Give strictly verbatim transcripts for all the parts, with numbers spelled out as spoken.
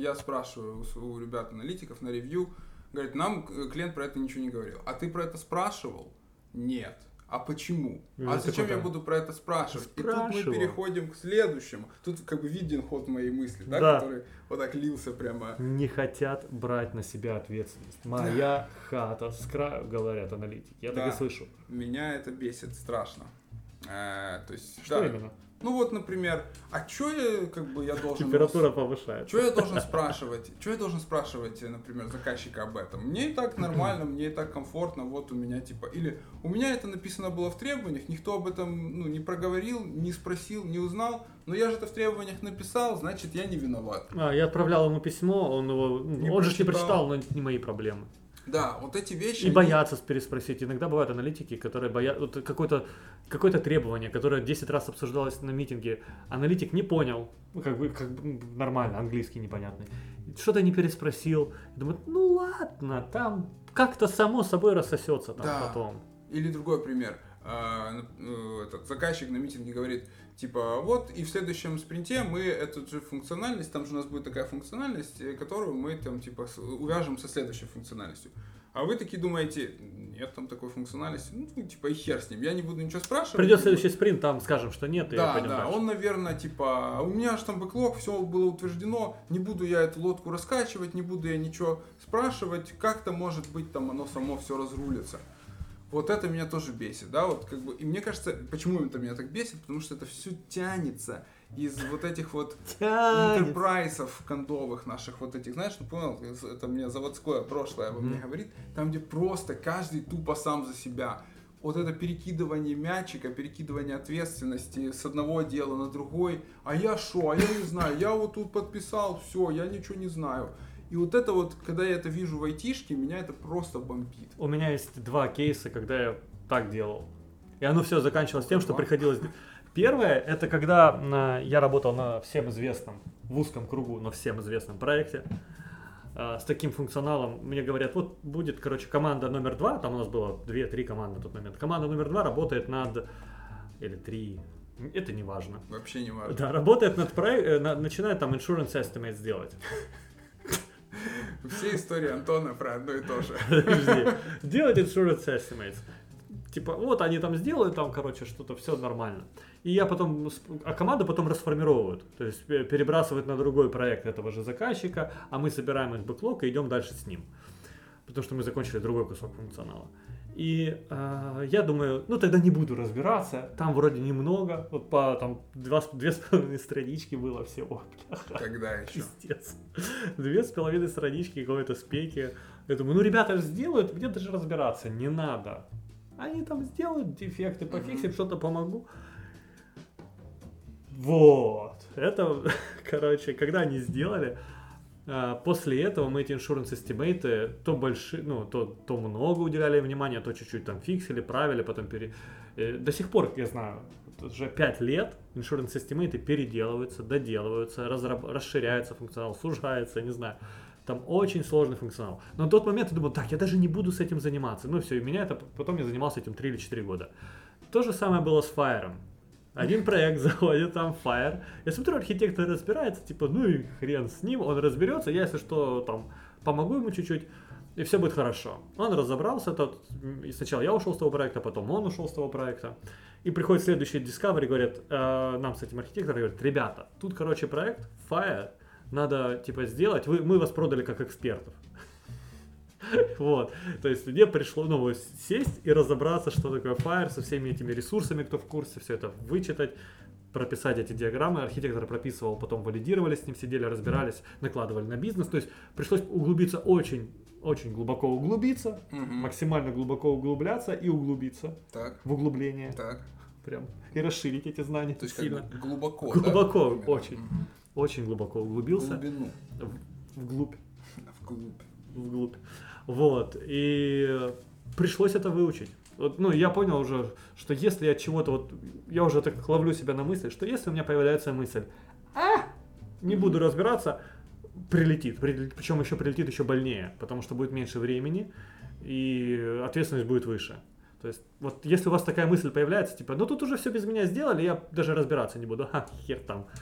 я спрашиваю у, у ребят-аналитиков на ревью, говорит, нам клиент про это ничего не говорил. А ты про это спрашивал? Нет. А почему? Ну, а зачем я буду про это спрашивать? Спрашивал. И тут мы переходим к следующему. Тут как бы виден ход моей мысли, да, да. который вот так лился прямо. Не хотят брать на себя ответственность. Моя хата с краю, говорят аналитики. Я да. так и слышу. Меня это бесит страшно. Э, то есть, что да. именно? Ну вот, например, а что я как бы я должен... Температура повышается. Что я должен спрашивать? Что я должен спрашивать, например, заказчика об этом? Мне и так нормально, мне и так комфортно, вот у меня типа... Или у меня это написано было в требованиях, никто об этом ну, не проговорил, не спросил, не узнал, но я же это в требованиях написал, значит я не виноват. А, я отправлял ему письмо, он его... Не он же не прочитал, но не мои проблемы. Да, вот эти вещи... И они... боятся переспросить. Иногда бывают аналитики, которые боятся... Вот какое-то, какое-то требование, которое десять раз обсуждалось на митинге. Аналитик не понял. Ну, как бы, как бы нормально, английский непонятный. Что-то не переспросил. Думает, ну ладно, там как-то само собой рассосется там да. потом. Или другой пример. Этот заказчик на митинге говорит, типа, вот, и в следующем спринте мы эту же функциональность, там же у нас будет такая функциональность, которую мы там, типа, увяжем со следующей функциональностью. А вы такие думаете, нет там такой функциональности, ну, типа, и хер с ним, я не буду ничего спрашивать. Придет следующий спринт, там скажем, что нет, и да, пойдем да, дальше. Он, наверное, типа, у меня же там бэклог, все было утверждено, не буду я эту лодку раскачивать, не буду я ничего спрашивать, как-то, может быть, там оно само все разрулится. Вот это меня тоже бесит, да, вот как бы, и мне кажется, почему это меня так бесит, потому что это все тянется из вот этих вот интерпрайсов кондовых наших, вот этих, знаешь, ну понял, это мне заводское прошлое обо мне говорит, там где просто каждый тупо сам за себя, вот это перекидывание мячика, перекидывание ответственности с одного дела на другой, а я шо, а я не знаю, я вот тут подписал, все, я ничего не знаю. И вот это вот, когда я это вижу в айтишке, меня это просто бомбит. У меня есть два кейса, когда я так делал. И оно все заканчивалось тем, что приходилось... Первое, это когда на... я работал на всем известном, в узком кругу, но всем известном проекте, э, с таким функционалом. Мне говорят, вот будет, короче, команда номер два, там у нас было две-три команды на тот момент. Команда номер два работает над... Или три... Это не важно. Вообще не важно. Да, работает над проектом, начинает там insurance estimates делать. Все истории Антона про одно и то же. Делать insurance estimates. Типа, вот они там сделают, там, короче, что-то, все нормально. И я потом, а команду потом расформировывают. То есть перебрасывают на другой проект этого же заказчика, а мы собираем их бэклог и идем дальше с ним. Потому что мы закончили другой кусок функционала. И э, я думаю, ну тогда не буду разбираться, там вроде немного, вот по там два, две с половиной странички было всего. Когда еще? Пиздец. Две с половиной странички какой-то спеки. Я думаю, ну ребята же сделают, мне даже разбираться не надо. Они там сделают дефекты, пофиксим, mm-hmm. что-то помогу. Вот. Это, короче, когда они сделали, после этого мы эти insurance estimate то большие, ну, то, то много уделяли внимания, то чуть-чуть там фиксили, правили, потом пере... До сих пор, я знаю, уже пять лет insurance estimate переделываются, доделываются, разраб... расширяется функционал, сужается, не знаю. Там очень сложный функционал. Но на тот момент я думал, так, я даже не буду с этим заниматься. Ну все, и меня это, потом я занимался этим три или четыре года. То же самое было с Fire. Один проект заходит, там Fire. Я смотрю, архитектор разбирается, типа, ну и хрен с ним, он разберется, я, если что, там, помогу ему чуть-чуть, и все будет хорошо. Он разобрался, тот, и сначала я ушел с того проекта, потом он ушел с того проекта. И приходит следующий Discovery, говорят, э, нам с этим архитектором, говорят, ребята, тут, короче, проект Fire, надо, типа, сделать, вы, мы вас продали как экспертов. Вот, то есть мне пришло, ну, сесть и разобраться, что такое Fire, со всеми этими ресурсами, кто в курсе, все это вычитать, прописать эти диаграммы. Архитектор прописывал, потом валидировали с ним, сидели, разбирались, накладывали на бизнес. То есть пришлось углубиться очень, очень глубоко углубиться, угу. максимально глубоко углубляться и углубиться так. в углубление. Так. Прям. И расширить эти знания. То есть сильно. Как бы глубоко, Глубоко, да? очень. Угу. Очень глубоко углубился. В глубину. В, вглубь. Вглубь. Вглубь. Вот. И пришлось это выучить. Вот, ну, я понял уже, что если я чего-то вот... Я уже так ловлю себя на мысли, что если у меня появляется мысль, а, не буду разбираться, прилетит. прилетит. Причем еще прилетит еще больнее, потому что будет меньше времени и ответственность будет выше. То есть, вот если у вас такая мысль появляется, типа, ну тут уже все без меня сделали, я даже разбираться не буду. Ха, хер там.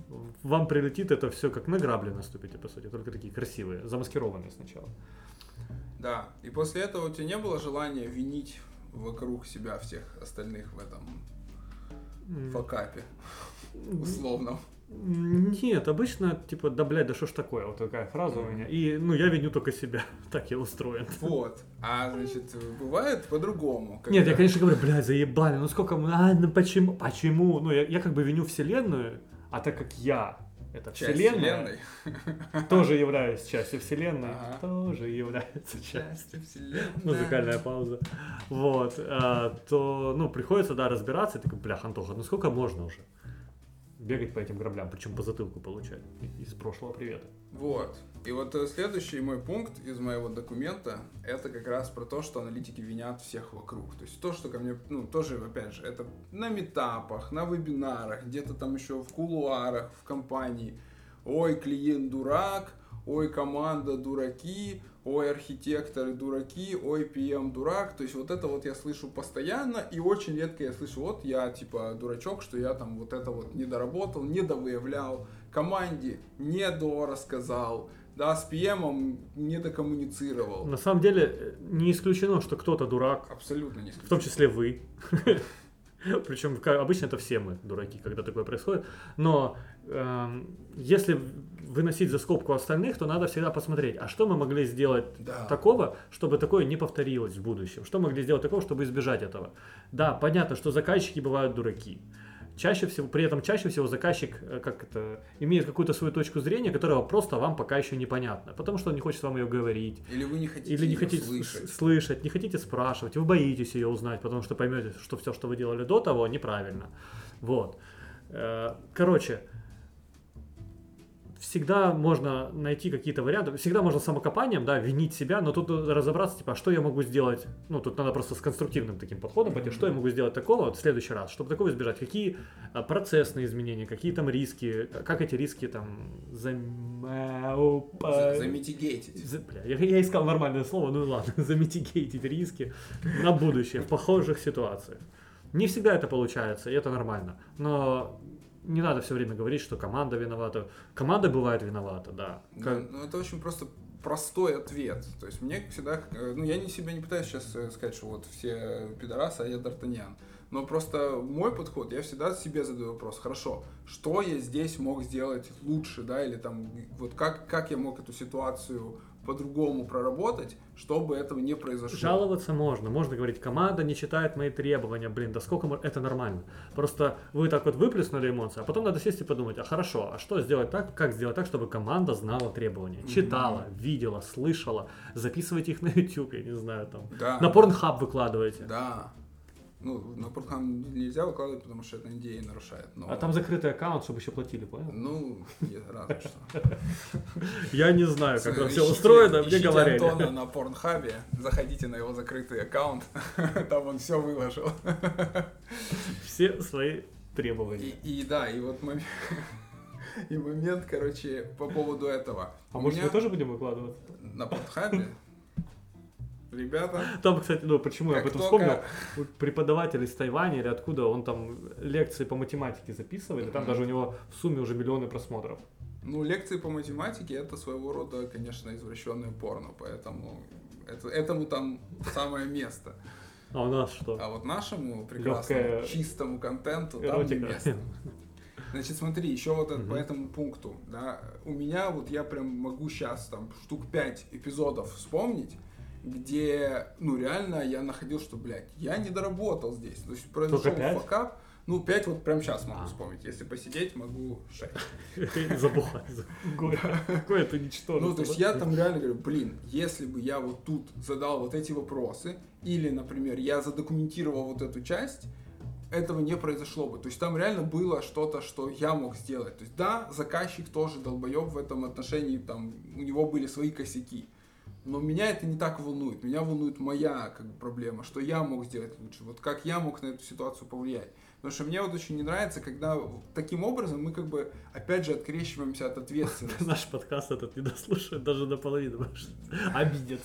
вам прилетит это все как на грабли наступите, по сути, только такие красивые, замаскированные сначала. Да, и после этого у тебя не было желания винить вокруг себя всех остальных в этом mm. факапе, условно? Нет, обычно, типа, да, блядь, да что ж такое, вот такая фраза mm. у меня. И, ну, я виню только себя, так я устроен. Вот, а, значит, бывает по-другому. Когда... Нет, я, конечно, говорю, блядь, заебали, ну сколько, а, ну почему, почему? Ну, я, я как бы виню вселенную, а так как я, это часть вселенная, вселенной. тоже являюсь частью вселенной, ага. тоже является частью вселенной. Музыкальная пауза. Вот, а, то, ну, приходится, да, разбираться, и такой, блях, Антоха, ну сколько можно уже? Бегать по этим граблям, причем по затылку получать из прошлого привета. Вот. И вот следующий мой пункт из моего документа, это как раз про то, что аналитики винят всех вокруг. То есть то, что ко мне, ну, тоже, опять же, это на митапах, на вебинарах, где-то там еще в кулуарах, в компании. Ой, клиент дурак, ой, команда дураки, ой, архитекторы дураки, ой, пи эм дурак. То есть вот это вот я слышу постоянно, и очень редко я слышу, вот я типа дурачок, что я там вот это вот не доработал, не довыявлял, команде не дорассказал, да, с пи эм не докоммуницировал. На самом деле не исключено, что кто-то дурак. Абсолютно не исключено. В том числе вы. Причем обычно это все мы дураки, когда такое происходит. Но э, если выносить за скобку остальных, то надо всегда посмотреть, а что мы могли сделать да. такого, чтобы такое не повторилось в будущем. Что могли сделать такого, чтобы избежать этого. Да, понятно, что заказчики бывают дураки. Чаще всего, при этом чаще всего заказчик как это, имеет какую-то свою точку зрения, которая просто вам пока еще непонятна, потому что он не хочет вам ее говорить. Или вы не хотите, или не ее хотите слышать. слышать, не хотите спрашивать, вы боитесь ее узнать, потому что поймете, что все, что вы делали до того, неправильно. Вот. Короче, всегда можно найти какие-то варианты, всегда можно самокопанием, да, винить себя, но тут разобраться, типа, а что я могу сделать, ну, тут надо просто с конструктивным таким подходом пойти, что я могу сделать такого вот в следующий раз, чтобы такого избежать, какие а, процессные изменения, какие там риски, как эти риски там зам... замитигейтить. За, бля, я, я искал нормальное слово, ну ладно, замитигейтить риски на будущее в похожих ситуациях. Не всегда это получается, и это нормально, но не надо все время говорить, что команда виновата. Команда бывает виновата, да. Ну, ну, это очень просто простой ответ. То есть мне всегда... Ну, я не себя не пытаюсь сейчас сказать, что вот все пидорасы, а я Д'Артаньян. Но просто мой подход, я всегда себе задаю вопрос. Хорошо, что я здесь мог сделать лучше, да, или там, вот как, как я мог эту ситуацию по-другому проработать, чтобы этого не произошло. Жаловаться можно. Можно говорить, команда не читает мои требования. Блин, да сколько можно... Это нормально. Просто вы так вот выплеснули эмоции, а потом надо сесть и подумать, а хорошо, а что сделать так, как сделать так, чтобы команда знала требования, читала, mm-hmm. видела, слышала, записывайте их на YouTube, я не знаю, там, да. на Pornhub выкладывайте. Да. Ну, на Pornhub нельзя выкладывать, потому что это эн ди эй нарушает. Но... А там закрытый аккаунт, чтобы еще платили, понял? Ну, разве что. Я не знаю, как там все устроено, мне говорили. Ищите Антона на Pornhub, заходите на его закрытый аккаунт, там он все выложил. Все свои требования. И да, и вот момент... И момент, короче, по поводу этого. А может мы тоже будем выкладывать? На Pornhub? Ребята. Там, кстати, ну почему я об этом только... вспомнил, преподаватель из Тайваня или откуда, он там лекции по математике записывает, и там mm-hmm. даже у него в сумме уже миллионы просмотров. Ну, лекции по математике это своего рода, конечно, извращенное порно, поэтому это, этому там самое место. А у нас что? А вот нашему прекрасному, легкая... чистому контенту там не место. Значит, смотри, еще вот uh-huh. по этому пункту, да, у меня вот я прям могу сейчас там штук пять эпизодов вспомнить, где, ну, реально я находил, что, блядь, я не доработал здесь. То есть произошел факап. Ну, пять вот прям сейчас могу а. вспомнить. Если посидеть, могу шесть. Забухать. Какое это ничтожество. Ну, то есть я там реально говорю, блин, если бы я вот тут задал вот эти вопросы, или, например, я задокументировал вот эту часть, этого не произошло бы. То есть там реально было что-то, что я мог сделать. То есть да, заказчик тоже долбоеб в этом отношении, там у него были свои косяки. Но меня это не так волнует. Меня волнует моя как бы, проблема, что я мог сделать лучше. Вот как я мог на эту ситуацию повлиять. Потому что мне вот очень не нравится, когда таким образом мы как бы опять же открещиваемся от ответственности. Наш подкаст этот не дослушает даже до половины, потому что обидится.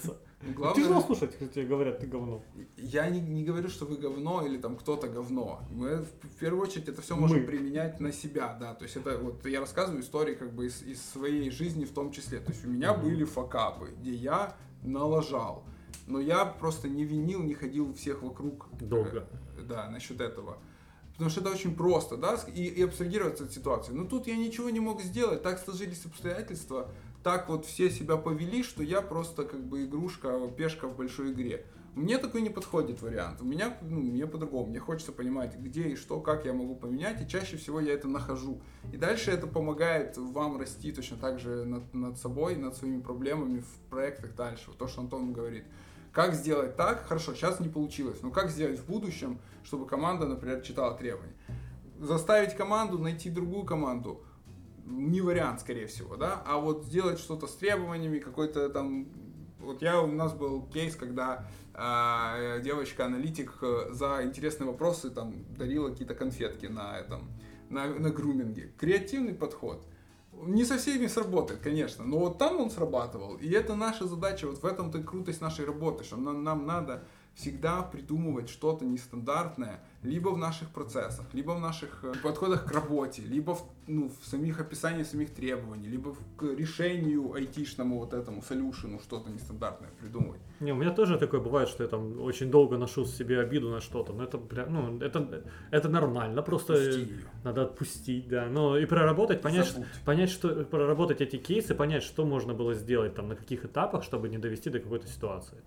Главное, тяжело слушать, когда тебе говорят, ты говно. Я не, не говорю, что вы говно или там кто-то говно. Мы в первую очередь это все можем Мы. применять на себя, да. То есть это вот я рассказываю истории как бы из, из своей жизни в том числе. То есть у меня mm-hmm. были факапы, где я налажал. Но я просто не винил, не ходил всех вокруг. Долго. Э, да, насчет этого. Потому что это очень просто, да, и, и абстрагироваться от ситуации. Но тут я ничего не мог сделать, так сложились обстоятельства, так вот все себя повели, что я просто как бы игрушка, пешка в большой игре. Мне такой не подходит вариант. У меня, ну, мне по-другому. Мне хочется понимать, где и что, как я могу поменять, и чаще всего я это нахожу. И дальше это помогает вам расти точно так же над, над собой, над своими проблемами в проектах дальше. Вот то, что Антон говорит. Как сделать так? Хорошо, сейчас не получилось. Но как сделать в будущем, чтобы команда, например, читала требования? Заставить команду найти другую команду. Не вариант, скорее всего, да? А вот сделать что-то с требованиями, какой-то там... Вот я, у нас был кейс, когда э, девочка-аналитик за интересные вопросы там дарила какие-то конфетки на этом, на, на груминге. Креативный подход. Не со всеми сработает, конечно, но вот там он срабатывал. И это наша задача, вот в этом-то крутость нашей работы, что нам, нам надо всегда придумывать что-то нестандартное, либо в наших процессах, либо в наших подходах к работе, либо в, ну, в самих описаниях самих требований, либо в, к решению айтишному вот этому, солюшену что-то нестандартное придумывать. Не, у меня тоже такое бывает, что я там очень долго ношу в себе обиду на что-то, но это, бля, ну, это, это нормально, просто надо отпустить, да, но и проработать, понять, понять, что, проработать эти кейсы, понять, что можно было сделать там на каких этапах, чтобы не довести до какой-то ситуации.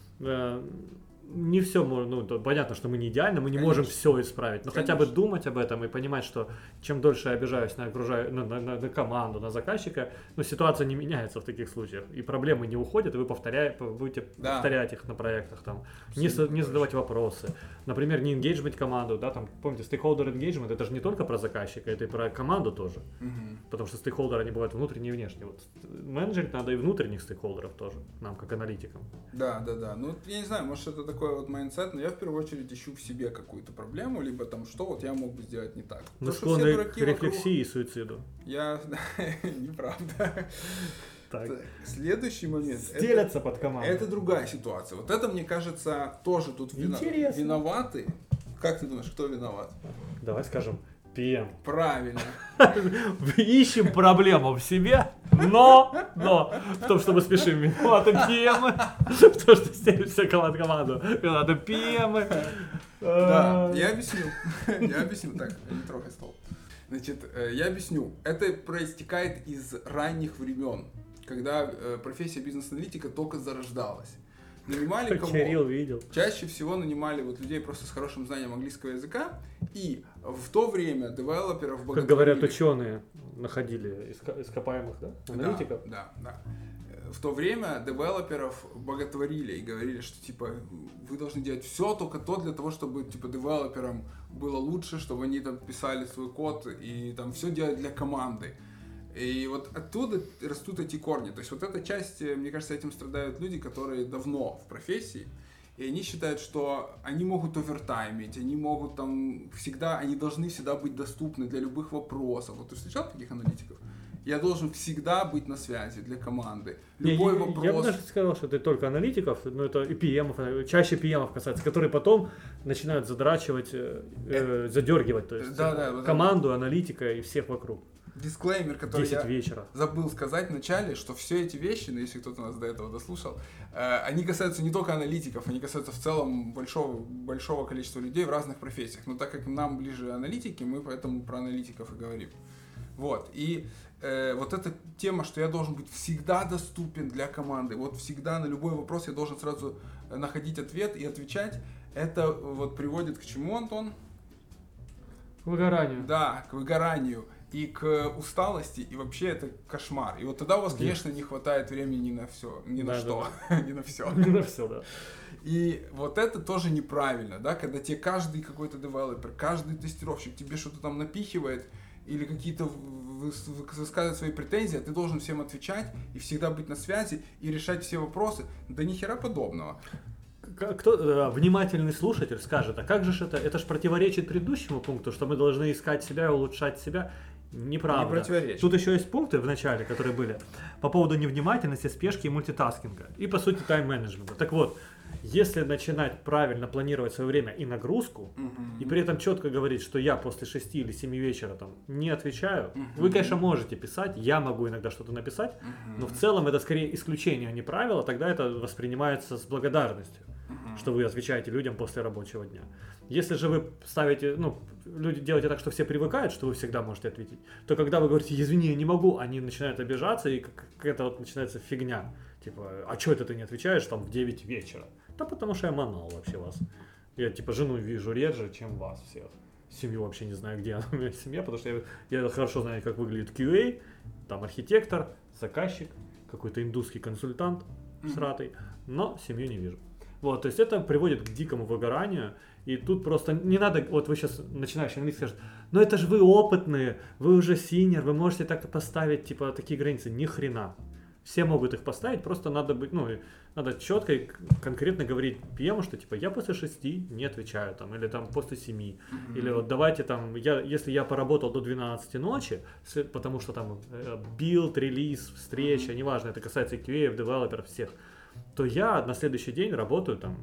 Не все можно, ну, понятно, что мы не идеальны, мы не Конечно. Можем все исправить, но Конечно. Хотя бы думать об этом и понимать, что чем дольше я обижаюсь на, окружаю, на, на, на команду, на заказчика, ну, ситуация не меняется в таких случаях, и проблемы не уходят, и вы повторяете, будете да. повторять их на проектах, там, не, не задавать вопросы, например, не engagement команду, да, там, помните, stakeholder engagement, это же не только про заказчика, это и про команду тоже, угу. потому что стейкхолдеры, они бывают внутренние и внешние, вот, менеджерить надо и внутренних стейкхолдеров тоже, нам, как аналитикам. Да, да, да, ну, я не знаю, может, это такой вот майндсет, но я в первую очередь ищу в себе какую-то проблему, либо там, что вот я мог бы сделать не так. Мы склонны к рефлексии вокруг... и суициду. Я... Неправда. Так. Следующий момент. Стелятся это, под команду. Это другая ситуация. Вот это, мне кажется, тоже тут вина... виноваты. Как ты думаешь, кто виноват? Давай скажем. пи эм. Правильно. Ищем проблему в себе, но, но в том, что мы спешим, виноваты пи эм, в том, что стелимся команд команду, виноваты пи эм. Да, я объясню. Я объясню. Так, не трогай стол. Значит, я объясню. Это проистекает из ранних времен, когда профессия бизнес-аналитика только зарождалась. Нанимали кого? Кирилл видел. Чаще всего нанимали вот людей просто с хорошим знанием английского языка, и в то время девелоперов боготворили. Как говорят ученые, находили иск- ископаемых, да? Аналитиков. Да, да, да. В то время девелоперов боготворили и говорили, что типа вы должны делать все только то для того, чтобы типа девелоперам было лучше, чтобы они там писали свой код и там все делать для команды. И вот оттуда растут эти корни. То есть вот эта часть, мне кажется, этим страдают люди, которые давно в профессии. И они считают, что они могут овертаймить, они могут там всегда, они должны всегда быть доступны для любых вопросов. Вот ты встречал таких аналитиков? Я должен всегда быть на связи для команды. Любой я, вопрос... Я бы даже сказал, что это только аналитиков, но это и пи эм, чаще пи эм касается, которые потом начинают задрачивать, э, задергивать, то есть да, да, команду, аналитика и всех вокруг. Дисклеймер, который я вечера. забыл сказать вначале, что все эти вещи, ну, если кто-то нас до этого дослушал, э, они касаются не только аналитиков, они касаются в целом большого, большого количества людей в разных профессиях. Но так как нам ближе аналитики, мы поэтому про аналитиков и говорим. Вот. И э, вот эта тема, что я должен быть всегда доступен для команды, вот всегда на любой вопрос я должен сразу находить ответ и отвечать, это вот приводит к чему, Антон? К выгоранию. Да, к выгоранию. И к усталости, и вообще это кошмар. И вот тогда у вас, конечно, не хватает времени ни на все, ни на да, что, да. ни на все. Не на все, да. И вот это тоже неправильно, да, когда тебе каждый какой-то девелопер, каждый тестировщик тебе что-то там напихивает или какие-то высказывает свои претензии, а ты должен всем отвечать и всегда быть на связи и решать все вопросы. Да ни хера подобного. Кто, э, внимательный слушатель скажет, а как же это? Это же противоречит предыдущему пункту, что мы должны искать себя и улучшать себя. Неправда. Не противоречит. Тут еще есть пункты в начале, которые были по поводу невнимательности, спешки и мультитаскинга. И, по сути, тайм-менеджмента. Так вот, если начинать правильно планировать свое время и нагрузку, Мгм. и при этом четко говорить, что я после шести или семи вечера там не отвечаю, Мгм. вы, конечно, можете писать, я могу иногда что-то написать, Мгм. но в целом это скорее исключение, а не правило, тогда это воспринимается с благодарностью, Мгм. что вы отвечаете людям после рабочего дня. Если же вы ставите, ну, люди делаете так, что все привыкают, что вы всегда можете ответить, то когда вы говорите, извини, я не могу, они начинают обижаться, и какая-то вот начинается фигня. Типа, а что это ты не отвечаешь там в девять вечера? Да потому что я манал вообще вас. Я типа жену вижу реже, чем вас всех. Семью вообще не знаю, где она у меня семья, потому что я, я хорошо знаю, как выглядит кью эй, там архитектор, заказчик, какой-то индусский консультант сратый, но семью не вижу. Вот, то есть это приводит к дикому выгоранию, и тут просто не надо, вот вы сейчас начинающий английский скажет, ну это же вы опытные, вы уже синьор, вы можете так поставить, типа, такие границы, ни хрена. Все могут их поставить, просто надо быть, ну, надо четко и конкретно говорить пи эм, что типа я после шести не отвечаю, там, или там после семи, mm-hmm. или вот давайте там, я, если я поработал до двенадцати ночи, потому что там билд, релиз, встреча, mm-hmm. неважно, это касается и кью эй, девелоперов, всех, то я на следующий день работаю там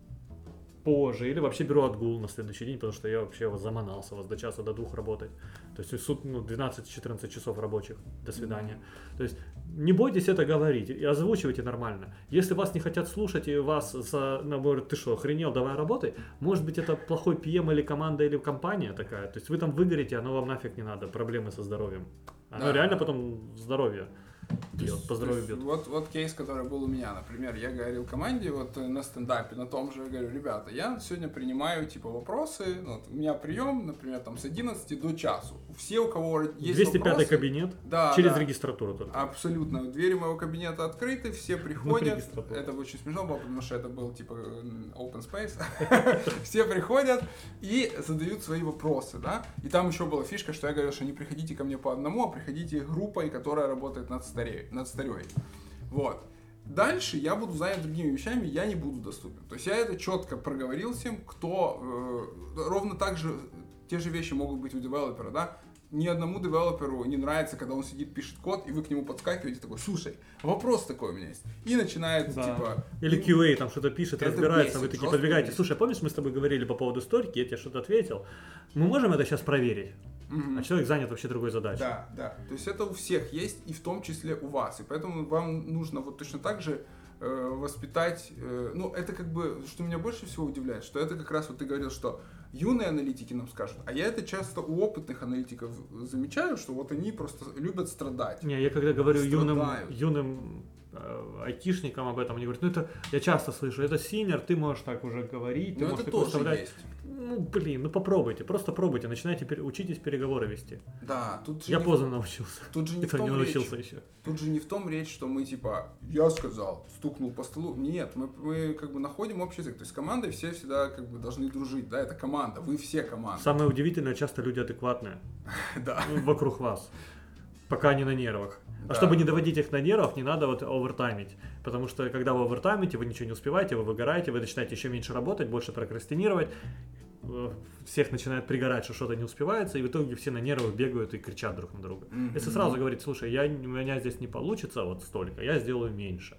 позже, или вообще беру отгул на следующий день, потому что я вообще заманался вас до часа, до двух работать. То есть суд, ну, двенадцать-четырнадцать часов рабочих. До свидания. Mm-hmm. То есть не бойтесь это говорить и озвучивайте нормально. Если вас не хотят слушать и вас за, наоборот, ты что, охренел, давай работай, может быть это плохой пи эм или команда или компания такая. То есть вы там выгорите, оно вам нафиг не надо, проблемы со здоровьем. Оно да. реально потом здоровье. Бьет, по здоровью бьет. Вот, вот кейс, который был у меня, например, я говорил команде вот на стендапе, на том же, я говорю, ребята, я сегодня принимаю типа вопросы, вот, у меня прием, например, там с одиннадцати до часу. Все, у кого есть двести пятый вопросы, кабинет, да, через да, регистратуру только. Абсолютно, двери моего кабинета открыты, все приходят, это очень смешно было, потому что это был типа open space, все приходят и задают свои вопросы, да, и там еще была фишка, что я говорил, что не приходите ко мне по одному, а приходите группой, которая работает над Старей, над старей. Вот. Дальше я буду занят другими вещами, я не буду доступен. То есть я это четко проговорил всем, кто э, ровно так же, те же вещи могут быть у девелопера, да. Ни одному девелоперу не нравится, когда он сидит, пишет код, и вы к нему подскакиваете, такой, слушай, вопрос такой у меня есть. И начинает, да. типа... Или кью эй там что-то пишет, это разбирается, бесит, вы такие подбегаете. бесит. Слушай, помнишь, мы с тобой говорили по поводу сторики, я тебе что-то ответил? Мы можем это сейчас проверить? Mm-hmm. А человек занят вообще другой задачей. Да, да. То есть это у всех есть, и в том числе у вас. И поэтому вам нужно вот точно так же э, воспитать... Э, ну, это как бы, что меня больше всего удивляет, что это как раз вот ты говорил, что юные аналитики нам скажут, а я это часто у опытных аналитиков замечаю, что вот они просто любят страдать. Не, я когда говорю юным, юным э, айтишникам об этом, они говорят, ну это, я часто слышу, это синьор, ты можешь так уже говорить, ты Но можешь это так тоже выставлять. Есть. Ну, блин, ну попробуйте, просто пробуйте, начинайте, пер... учитесь переговоры вести. Да, тут же Я не... поздно научился. Тут же не и в том не речь. научился еще. Тут же не в том речь, что мы типа, я сказал, стукнул по столу. Нет, мы, мы как бы находим общий язык. То есть с командой все всегда как бы должны дружить, да, это команда, вы все команда. Самое удивительное, часто люди адекватные. Да. Вокруг вас. Пока они на нервах. А да. чтобы не доводить их на нервов, не надо вот овертаймить. Потому что когда вы овертаймите, вы ничего не успеваете, вы выгораете, вы начинаете еще меньше работать, больше прокрастинировать. Всех начинает пригорать, что что-то не успевается, и в итоге все на нервах бегают и кричат друг на друга. Mm-hmm. Если сразу говорить, слушай, я, у меня здесь не получится вот столько, я сделаю меньше.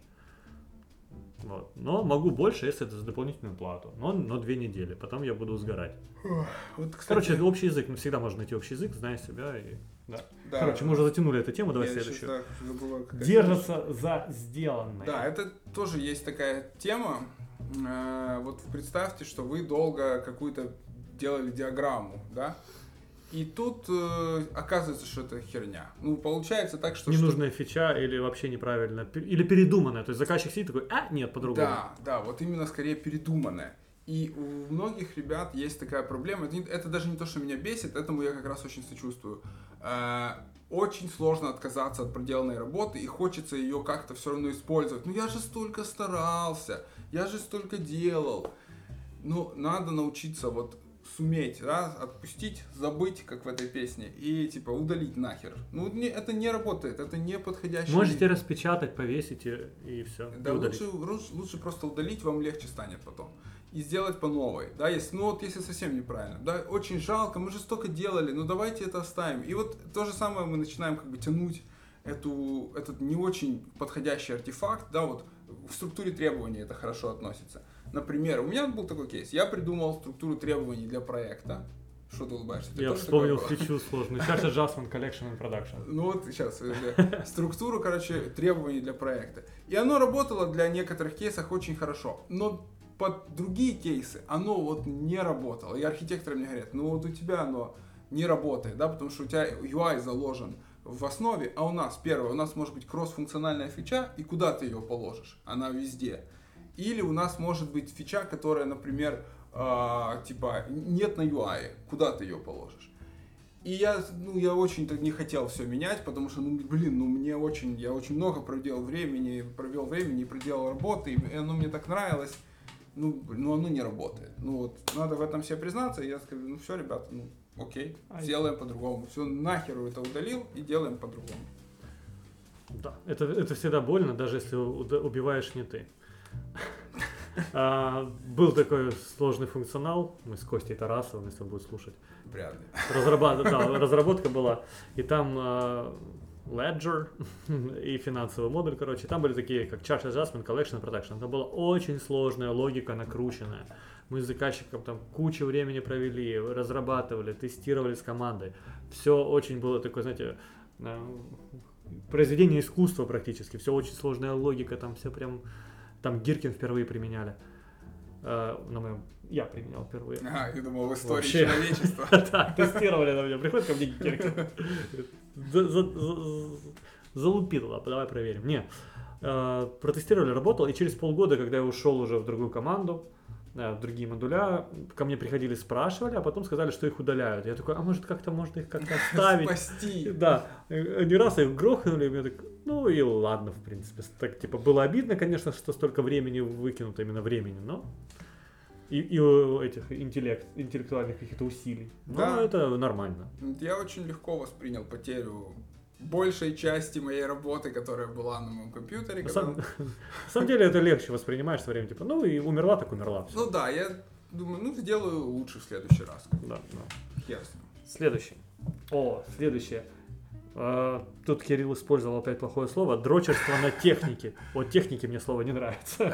Вот. Но могу больше, если это за дополнительную плату. Но, но две недели, потом я буду сгорать. Вот, кстати... Короче, общий язык, ну, всегда можно найти общий язык, зная себя. И... Да. Да. Короче, мы уже затянули эту тему, давай я следующую. Забыла, Держаться за сделанное. Да, это тоже есть такая тема. Вот представьте, что вы долго какую-то делали диаграмму, да, и тут э, оказывается, что это херня. Ну, получается так, что... Ненужная что... фича или вообще неправильно, или передуманная. То есть заказчик сидит такой, а, нет, по-другому. Да, да, вот именно скорее передуманная. И у многих ребят есть такая проблема. Это, не, это даже не то, что меня бесит, этому я как раз очень сочувствую. Э, очень сложно отказаться от проделанной работы, и хочется ее как-то все равно использовать. Ну, я же столько старался, я же столько делал. Ну, надо научиться вот суметь, да, отпустить, забыть, как в этой песне, и типа удалить нахер. Ну не, это не работает, это не подходящий. Можете распечатать, повесить и, и все. Да, лучше, лучше, лучше просто удалить, вам легче станет потом. И сделать по новой, да, если, ну вот если совсем неправильно, да, очень жалко, мы же столько делали, ну давайте это оставим. И вот то же самое мы начинаем как бы тянуть эту, этот не очень подходящий артефакт, да, вот в структуре требований это хорошо относится. Например, у меня был такой кейс, я придумал структуру требований для проекта. Что ты улыбаешься? Ты я вспомнил фичу сложную. Charge Adjustment Collection and Production. Ну вот сейчас, структуру, короче, требований для проекта. И оно работало для некоторых кейсов очень хорошо, но под другие кейсы оно вот не работало. И архитекторы мне говорят, ну вот у тебя оно не работает, да, потому что у тебя ю ай заложен в основе, а у нас, первое, у нас может быть кросс-функциональная фича, и куда ты ее положишь? Она везде. Или у нас может быть фича, которая, например, э, типа нет на ю ай, куда ты ее положишь? И я, ну, я очень не хотел все менять, потому что, ну, блин, ну, мне очень, я очень много проделал времени, провел времени, проделал работы, и оно мне так нравилось, ну, ну, оно не работает. Ну, вот, надо в этом себе признаться, и я скажу, ну, все, ребята, ну, окей, сделаем по-другому. Все, нахер это удалил и делаем по-другому. Да, это, это всегда больно, даже если убиваешь не ты. А, был такой сложный функционал, мы с Костей Тарасовым, если он будет слушать. Вряд ли. Разработка, да, разработка была, и там uh, Ledger и финансовый модуль, короче, там были такие, как Charge Adjustment, Collection, Production. Там была очень сложная логика, накрученная. Мы с заказчиком там кучу времени провели, разрабатывали, тестировали с командой. Все очень было такое, знаете, произведение искусства практически. Все очень сложная логика, там все прям... Там Гиркин впервые применяли. Uh, на моем... Я применял впервые. А, я думал, в истории Вообще. человечества. Да, тестировали на меня. Приходит ко мне Гиркин. Залупил, давай проверим. Не. Протестировали, работал. И через полгода, когда я ушел уже в другую команду, в другие модуля, ко мне приходили, спрашивали, а потом сказали, что их удаляют. Я такой, а может как-то можно их как-то оставить? Спасти. Да. Не раз их грохнули, и я так, ну и ладно, в принципе. Так, типа, было обидно, конечно, что столько времени выкинуто, именно времени, но и, и у этих интеллект, интеллектуальных каких-то усилий. Но Да. это нормально. Я очень легко воспринял потерю большей части моей работы, которая была на моем компьютере. На, когда... самом, на самом деле это легче воспринимаешь со временем, типа, ну и умерла, так умерла. Все. Ну да, я думаю, ну сделаю лучше в следующий раз. Да, да. Хер с ним. Следующий. О, следующее. А, тут Кирилл использовал опять плохое слово. Дрочерство на технике. Вот техники мне слово не нравится.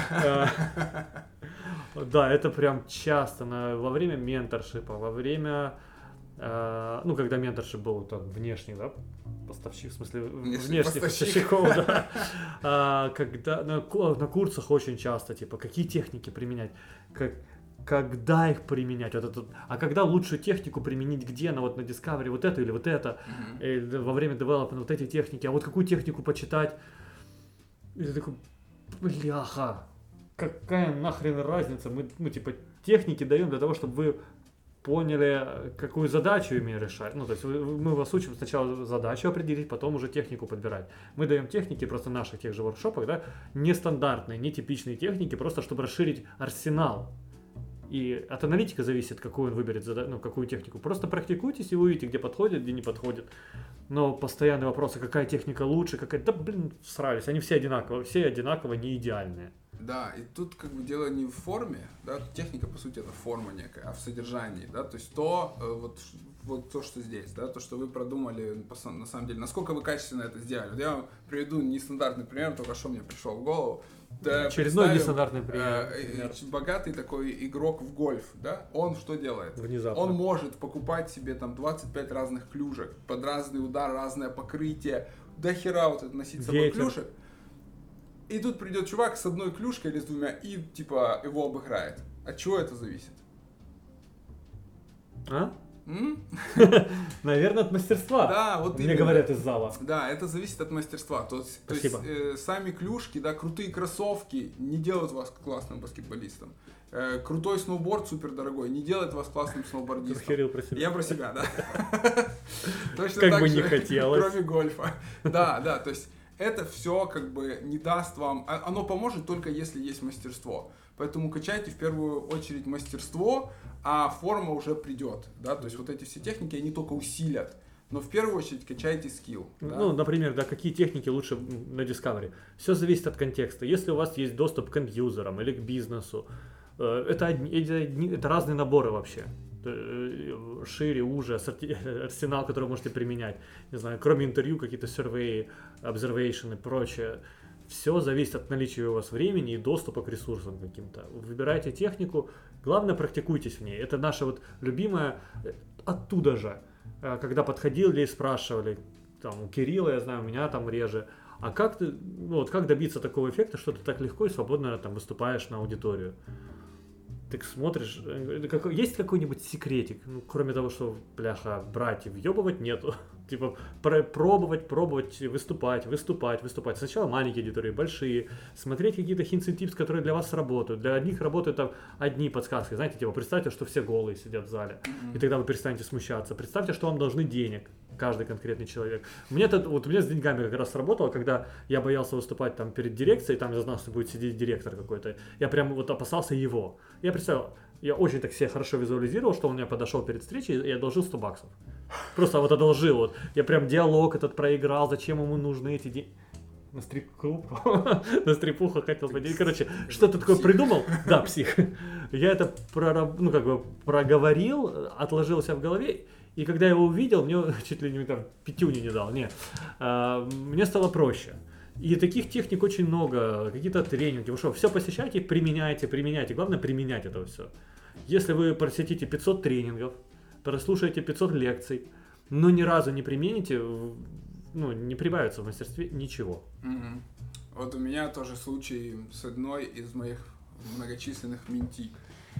Да, это прям часто во время менторшипа, во время... Ну, когда менторшип был там внешний, да, поставщик, в смысле, внешних поставщиков, да. А, когда на, на курсах очень часто, типа, какие техники применять, как, когда их применять, вот это, а когда лучшую технику применить где, на вот на Discovery, вот это или вот это, mm-hmm. или во время девелопмента вот эти техники, а вот какую технику почитать, и ты такой, бляха, какая нахрен разница, мы, ну, типа, техники даем для того, чтобы вы поняли, какую задачу имеем решать. Ну, то есть мы вас учим сначала задачу определить, потом уже технику подбирать. Мы даем техники просто в наших тех же воркшопах, да, нестандартные, нетипичные техники, просто чтобы расширить арсенал. И от аналитика зависит, какую он выберет, ну, какую технику. Просто практикуйтесь и вы увидите, где подходит, где не подходит. Но постоянные вопросы, какая техника лучше, какая... Да, блин, всрались. Они все одинаково, все одинаково не идеальные. Да, и тут как бы дело не в форме, да, техника по сути это форма некая, а в содержании, да, то есть то, вот, вот то, что здесь, да, то, что вы продумали, на самом деле, насколько вы качественно это сделали. Вот я вам приведу нестандартный пример, только что мне пришел в голову. Да, очередной нестандартный пример. Э, богатый такой игрок в гольф, да, он что делает? Внезапно. Он может покупать себе там двадцать пять разных клюшек, под разный удар, разное покрытие, до хера вот это носить с собой Ветер. клюшек. И тут придет чувак с одной клюшкой или с двумя и типа его обыграет. От чего это зависит? А? М? Наверное, от мастерства. Да, вот мне именно. говорят из зала. Да, это зависит от мастерства. То есть, то есть Спасибо. э, сами клюшки, да, крутые кроссовки не делают вас классным баскетболистом. Э, крутой сноуборд супер дорогой не делает вас классным сноубордистом. Херил про себя. Я про себя, да. Точно Как так бы же, не хотелось. Кроме гольфа. Да, да, то есть это все как бы не даст вам, оно поможет только если есть мастерство. поэтому качайте в первую очередь мастерство, а форма уже придет, да, то есть вот эти все техники, они только усилят. Но в первую очередь качайте скилл. Да? Ну, например, да, какие техники лучше на Discovery? Все зависит от контекста. Если у вас есть доступ к энд-юзерам или к бизнесу, это, одни, это, это разные наборы вообще. Шире, уже, арсенал, который вы можете применять. Не знаю, кроме интервью, какие-то survey, observation и прочее. Все зависит от наличия у вас времени и доступа к ресурсам каким-то. Выбирайте технику, главное практикуйтесь в ней. Это наша вот любимая, оттуда же. Когда подходили и спрашивали, там, у Кирилла, я знаю, у меня там реже, а как ты, ну, вот как добиться такого эффекта, что ты так легко и свободно там выступаешь на аудиторию? Ты смотришь, есть какой-нибудь секретик, ну, кроме того, что, бляха, брать и въебывать, нету. Типа пробовать, пробовать, выступать, выступать, выступать. Сначала маленькие аудитории, большие. Смотреть какие-то hints and tips, которые для вас работают. Для одних работают там одни подсказки. Знаете, типа представьте, что все голые сидят в зале. Mm-hmm. И тогда вы перестанете смущаться. Представьте, что вам должны денег. Каждый конкретный человек. У меня, это, вот у меня с деньгами как раз сработало, когда я боялся выступать там перед дирекцией, там я знал, что будет сидеть директор какой-то. Я прям вот опасался его. Я представил, я очень так себе хорошо визуализировал, что он мне подошел перед встречей и одолжил сто баксов. Просто вот одолжил. Вот. Я прям диалог этот проиграл, зачем ему нужны эти деньги. На стрип-клуб, на стрипуху хотел пойти. Короче, что-то такое придумал. Да, псих. Я это прораб, ну, как бы проговорил, отложил себя в голове. И когда я его увидел, мне чуть ли не там пятюни не дал. Не. А, мне стало проще. И таких техник очень много. Какие-то тренинги. Вы что, все посещайте, применяйте, применяйте. Главное применять это все. Если вы посетите пятьсот тренингов, прослушаете пятьсот лекций, но ни разу не примените, ну, не прибавится в мастерстве ничего. Mm-hmm. Вот у меня тоже случай с одной из моих многочисленных менти.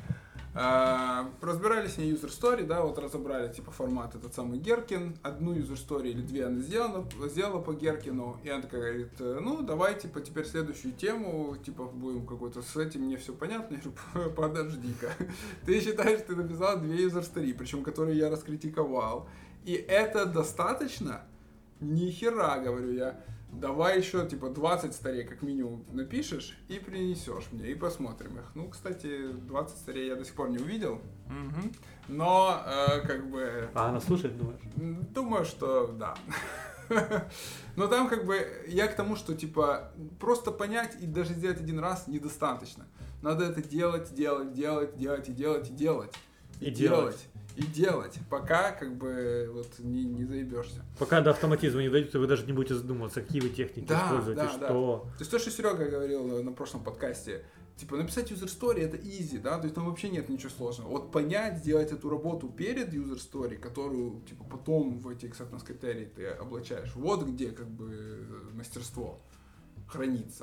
Uh, разбирались с ней user story, да, вот разобрали типа формат этот самый Геркин, одну user story или две она сделала, сделала по Геркину, и она такая говорит, ну давай типа теперь следующую тему, типа будем какой-то с этим, мне все понятно. Я говорю, подожди-ка, ты считаешь, ты написал две user story, причем которые я раскритиковал, и это достаточно? Ни хера, говорю я. Давай еще, типа, двадцать старей как минимум напишешь и принесешь мне, и посмотрим их. Ну, кстати, двадцать старей я до сих пор не увидел, угу. но, э, как бы... А она слушает, думаешь? Думаю, что да. Но там, как бы, я к тому, что, типа, просто понять и даже сделать один раз недостаточно. Надо это делать, делать, делать, делать и делать, и делать. И, и делать. делать. И делать, пока как бы вот не, не заебешься. Пока до автоматизма не дойдете, вы даже не будете задумываться, какие вы техники да, используете, да, что. Да. То есть то, что Серега говорил на, на прошлом подкасте, типа написать user story это easy, да, то есть там вообще нет ничего сложного. Вот понять, сделать эту работу перед user story, которую типа потом в эти acceptance критерии ты облачаешь, вот где как бы мастерство хранится.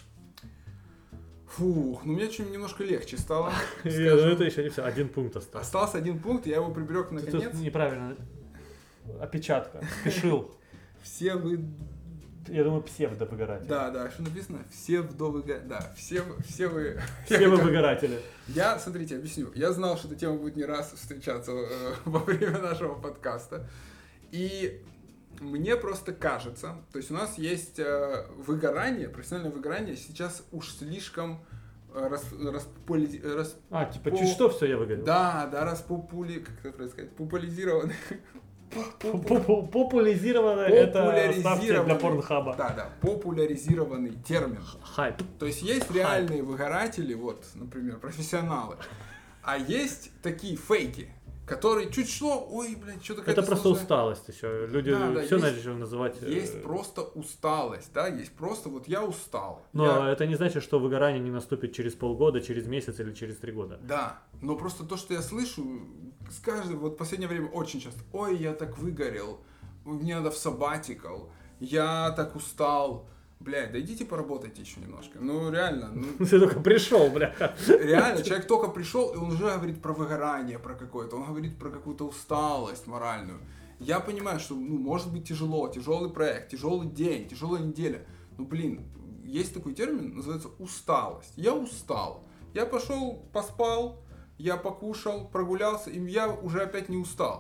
Фух, ну мне чуть немножко легче стало. Это еще не все, один пункт остался. Остался один пункт, я его приберег наконец. Тут неправильно. Опечатка. Спешил. Все вы... Я думаю, псевдовыгоратели. Да, да, что написано? Все вдовыгоратели. Да, все, все вы... Все вы выгоратели. Я, смотрите, объясню. Я знал, что эта тема будет не раз встречаться э, во время нашего подкаста. И... Мне просто кажется, то есть у нас есть э, выгорание, профессиональное выгорание сейчас уж слишком э, рас, располи, расп... А, типа чуть что все я выгорел? Да, да, распопули... Как это правильно сказать? Популяризированы. Популяризированное это ставьте для порнхаба. Да, да, популяризированный термин. Хайп. То есть есть реальные выгоратели, вот, например, профессионалы, а есть такие фейки. Который чуть шло, ой, блядь, что-то какая-то Это просто сложная... усталость еще. Люди да, да, все есть, начали называть... Есть просто усталость, да, есть просто вот я устал. Но я... это не значит, что выгорание не наступит через полгода, через месяц или через три года. Да, но просто то, что я слышу, с каждым, вот в последнее время очень часто, ой, я так выгорел, мне надо в sabbatical, я так устал. Блядь, да идите поработайте еще немножко. Ну, реально. Ну, ты только пришел, бля. Реально, человек только пришел, и он уже говорит про выгорание, про какое-то. Он говорит про какую-то усталость моральную. Я понимаю, что, ну, может быть тяжело, тяжелый проект, тяжелый день, тяжелая неделя. Ну, блин, есть такой термин, называется усталость. Я устал. Я пошел, поспал, я покушал, прогулялся, и я уже опять не устал.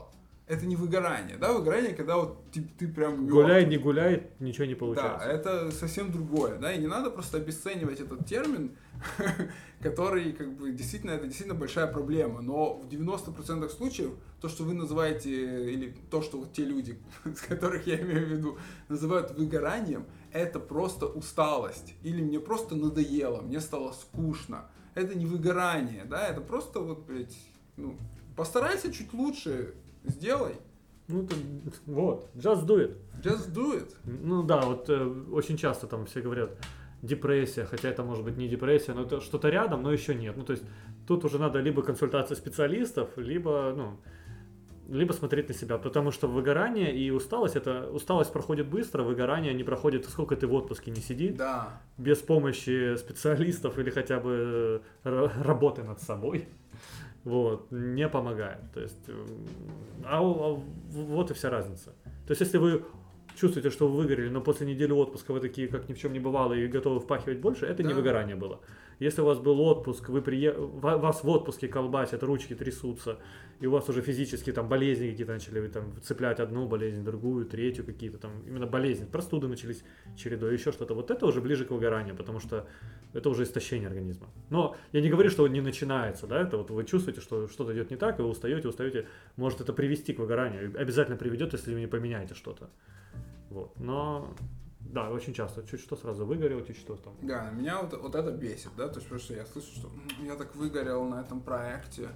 это не выгорание, да, выгорание, когда вот ты, ты прям мертв. Гуляй, не гуляй, ничего не получается. Да, это совсем другое, да, и не надо просто обесценивать этот термин, который, как бы, действительно, это действительно большая проблема, но в девяноста процентах случаев то, что вы называете, или то, что вот те люди, с которых я имею в виду, называют выгоранием, это просто усталость, или мне просто надоело, мне стало скучно, это не выгорание, да, это просто вот, блядь, ну, постарайся чуть лучше, сделай. Ну, это, вот, just do it. Just do it. Ну да, вот э, очень часто там все говорят депрессия, хотя это может быть не депрессия, но это что-то рядом, но еще нет. Ну, то есть тут уже надо либо консультация специалистов, либо, ну, либо смотреть на себя, потому что выгорание и усталость, это усталость проходит быстро, выгорание не проходит, сколько ты в отпуске не сиди, Да. без помощи специалистов или хотя бы р- работы над собой. Вот, не помогает. То есть, а, а вот и вся разница. То есть, если вы чувствуете, что вы выгорели, но после недели отпуска вы такие, как ни в чем не бывало, и готовы впахивать больше, это Да. не выгорание было. Если у вас был отпуск, вы прие... вас в отпуске колбасят, ручки трясутся, и у вас уже физически там болезни какие-то начали, вы там цеплять одну болезнь, другую, третью какие-то там, именно болезни, простуды начались чередой, еще что-то. Вот это уже ближе к выгоранию, потому что это уже истощение организма. Но я не говорю, что он не начинается, да, это вот вы чувствуете, что что-то идет не так, и вы устаете, устаете, может это привести к выгоранию, обязательно приведет, если вы не поменяете что-то. Вот, но... Да, очень часто. Чуть что сразу выгорел, чуть что там. Да, меня вот, вот это бесит, да, то есть потому что я слышу, что «М, я так выгорел на этом проекте».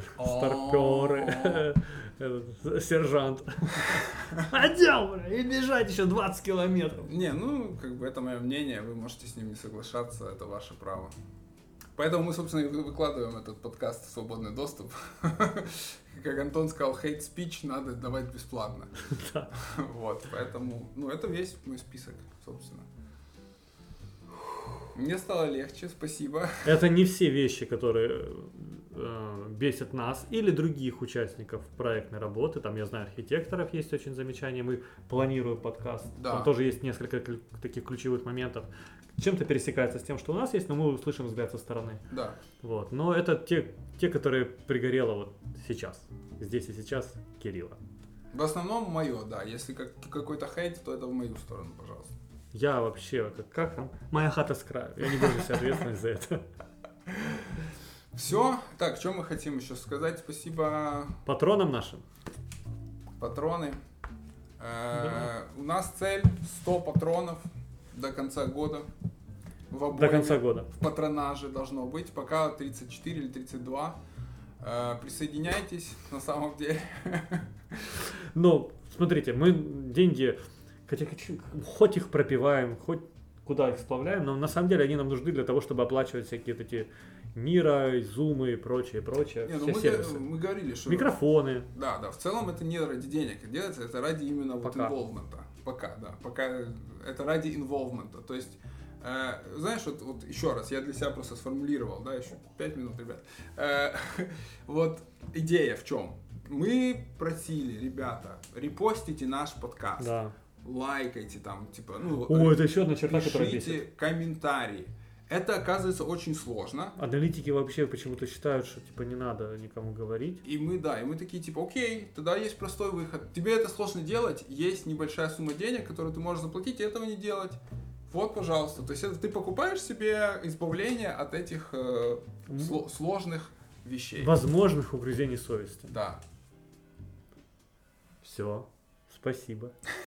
Старперы, этот, сержант. Отдел, бля, и бежать еще двадцать километров. Не, ну, как бы это мое мнение, вы можете с ним не соглашаться, это ваше право. Поэтому мы, собственно, и вы- выкладываем этот подкаст в свободный доступ. Как Антон сказал, hate speech надо давать бесплатно. Да. Вот, поэтому, ну, это весь мой список, собственно. Мне стало легче, спасибо. Это не все вещи, которые э, бесят нас или других участников проектной работы. Там, я знаю, архитекторов есть очень замечания. Мы планируем подкаст. Да. Там тоже есть несколько клю- таких ключевых моментов. Чем-то пересекается с тем, что у нас есть, но мы услышим взгляд со стороны. Да. Вот. Но это те, те, которые пригорело вот сейчас. Здесь и сейчас Кирилла. В основном мое, да. Если как, какой-то хейт, то это в мою сторону, пожалуйста. Я вообще, как, как там? Моя хата с краю. Я не беру на себя ответственность за это. Все. Так, что мы хотим еще сказать? Спасибо, Патронам нашим. патроны. Э, У нас цель сто патронов до конца года. В обоих. До конца года. В патронаже должно быть. Пока тридцать четыре или тридцать два. Э, Присоединяйтесь, на самом деле. Но, смотрите, мы деньги, хотя, хоть их пропиваем, хоть куда их сплавляем, но на самом деле они нам нужны для того, чтобы оплачивать всякие вот эти Мира, Зумы и прочее, прочее, Не, ну все мы, сервисы. га- мы говорили, что... Микрофоны. Да, да, в целом это не ради денег делается, это ради именно вот Пока. инволвмента. Пока, да, пока это ради инволвмента. То есть, э, знаешь, вот, вот еще раз, я для себя просто сформулировал, да, еще пять минут, ребят. Э, вот идея в чем? Мы просили, ребята, репостите наш подкаст, Да. лайкайте там, типа, ну, О, это еще одна черта, которая бесит. пишите комментарии. Это оказывается очень сложно. Аналитики вообще почему-то считают, что типа не надо никому говорить. И мы, да, и мы такие, типа, окей, тогда есть простой выход. Тебе это сложно делать, есть небольшая сумма денег, которую ты можешь заплатить, и этого не делать. Вот, пожалуйста. То есть это ты покупаешь себе избавление от этих э, сло- сложных вещей. Возможных угрызений совести. Да. Все. Спасибо.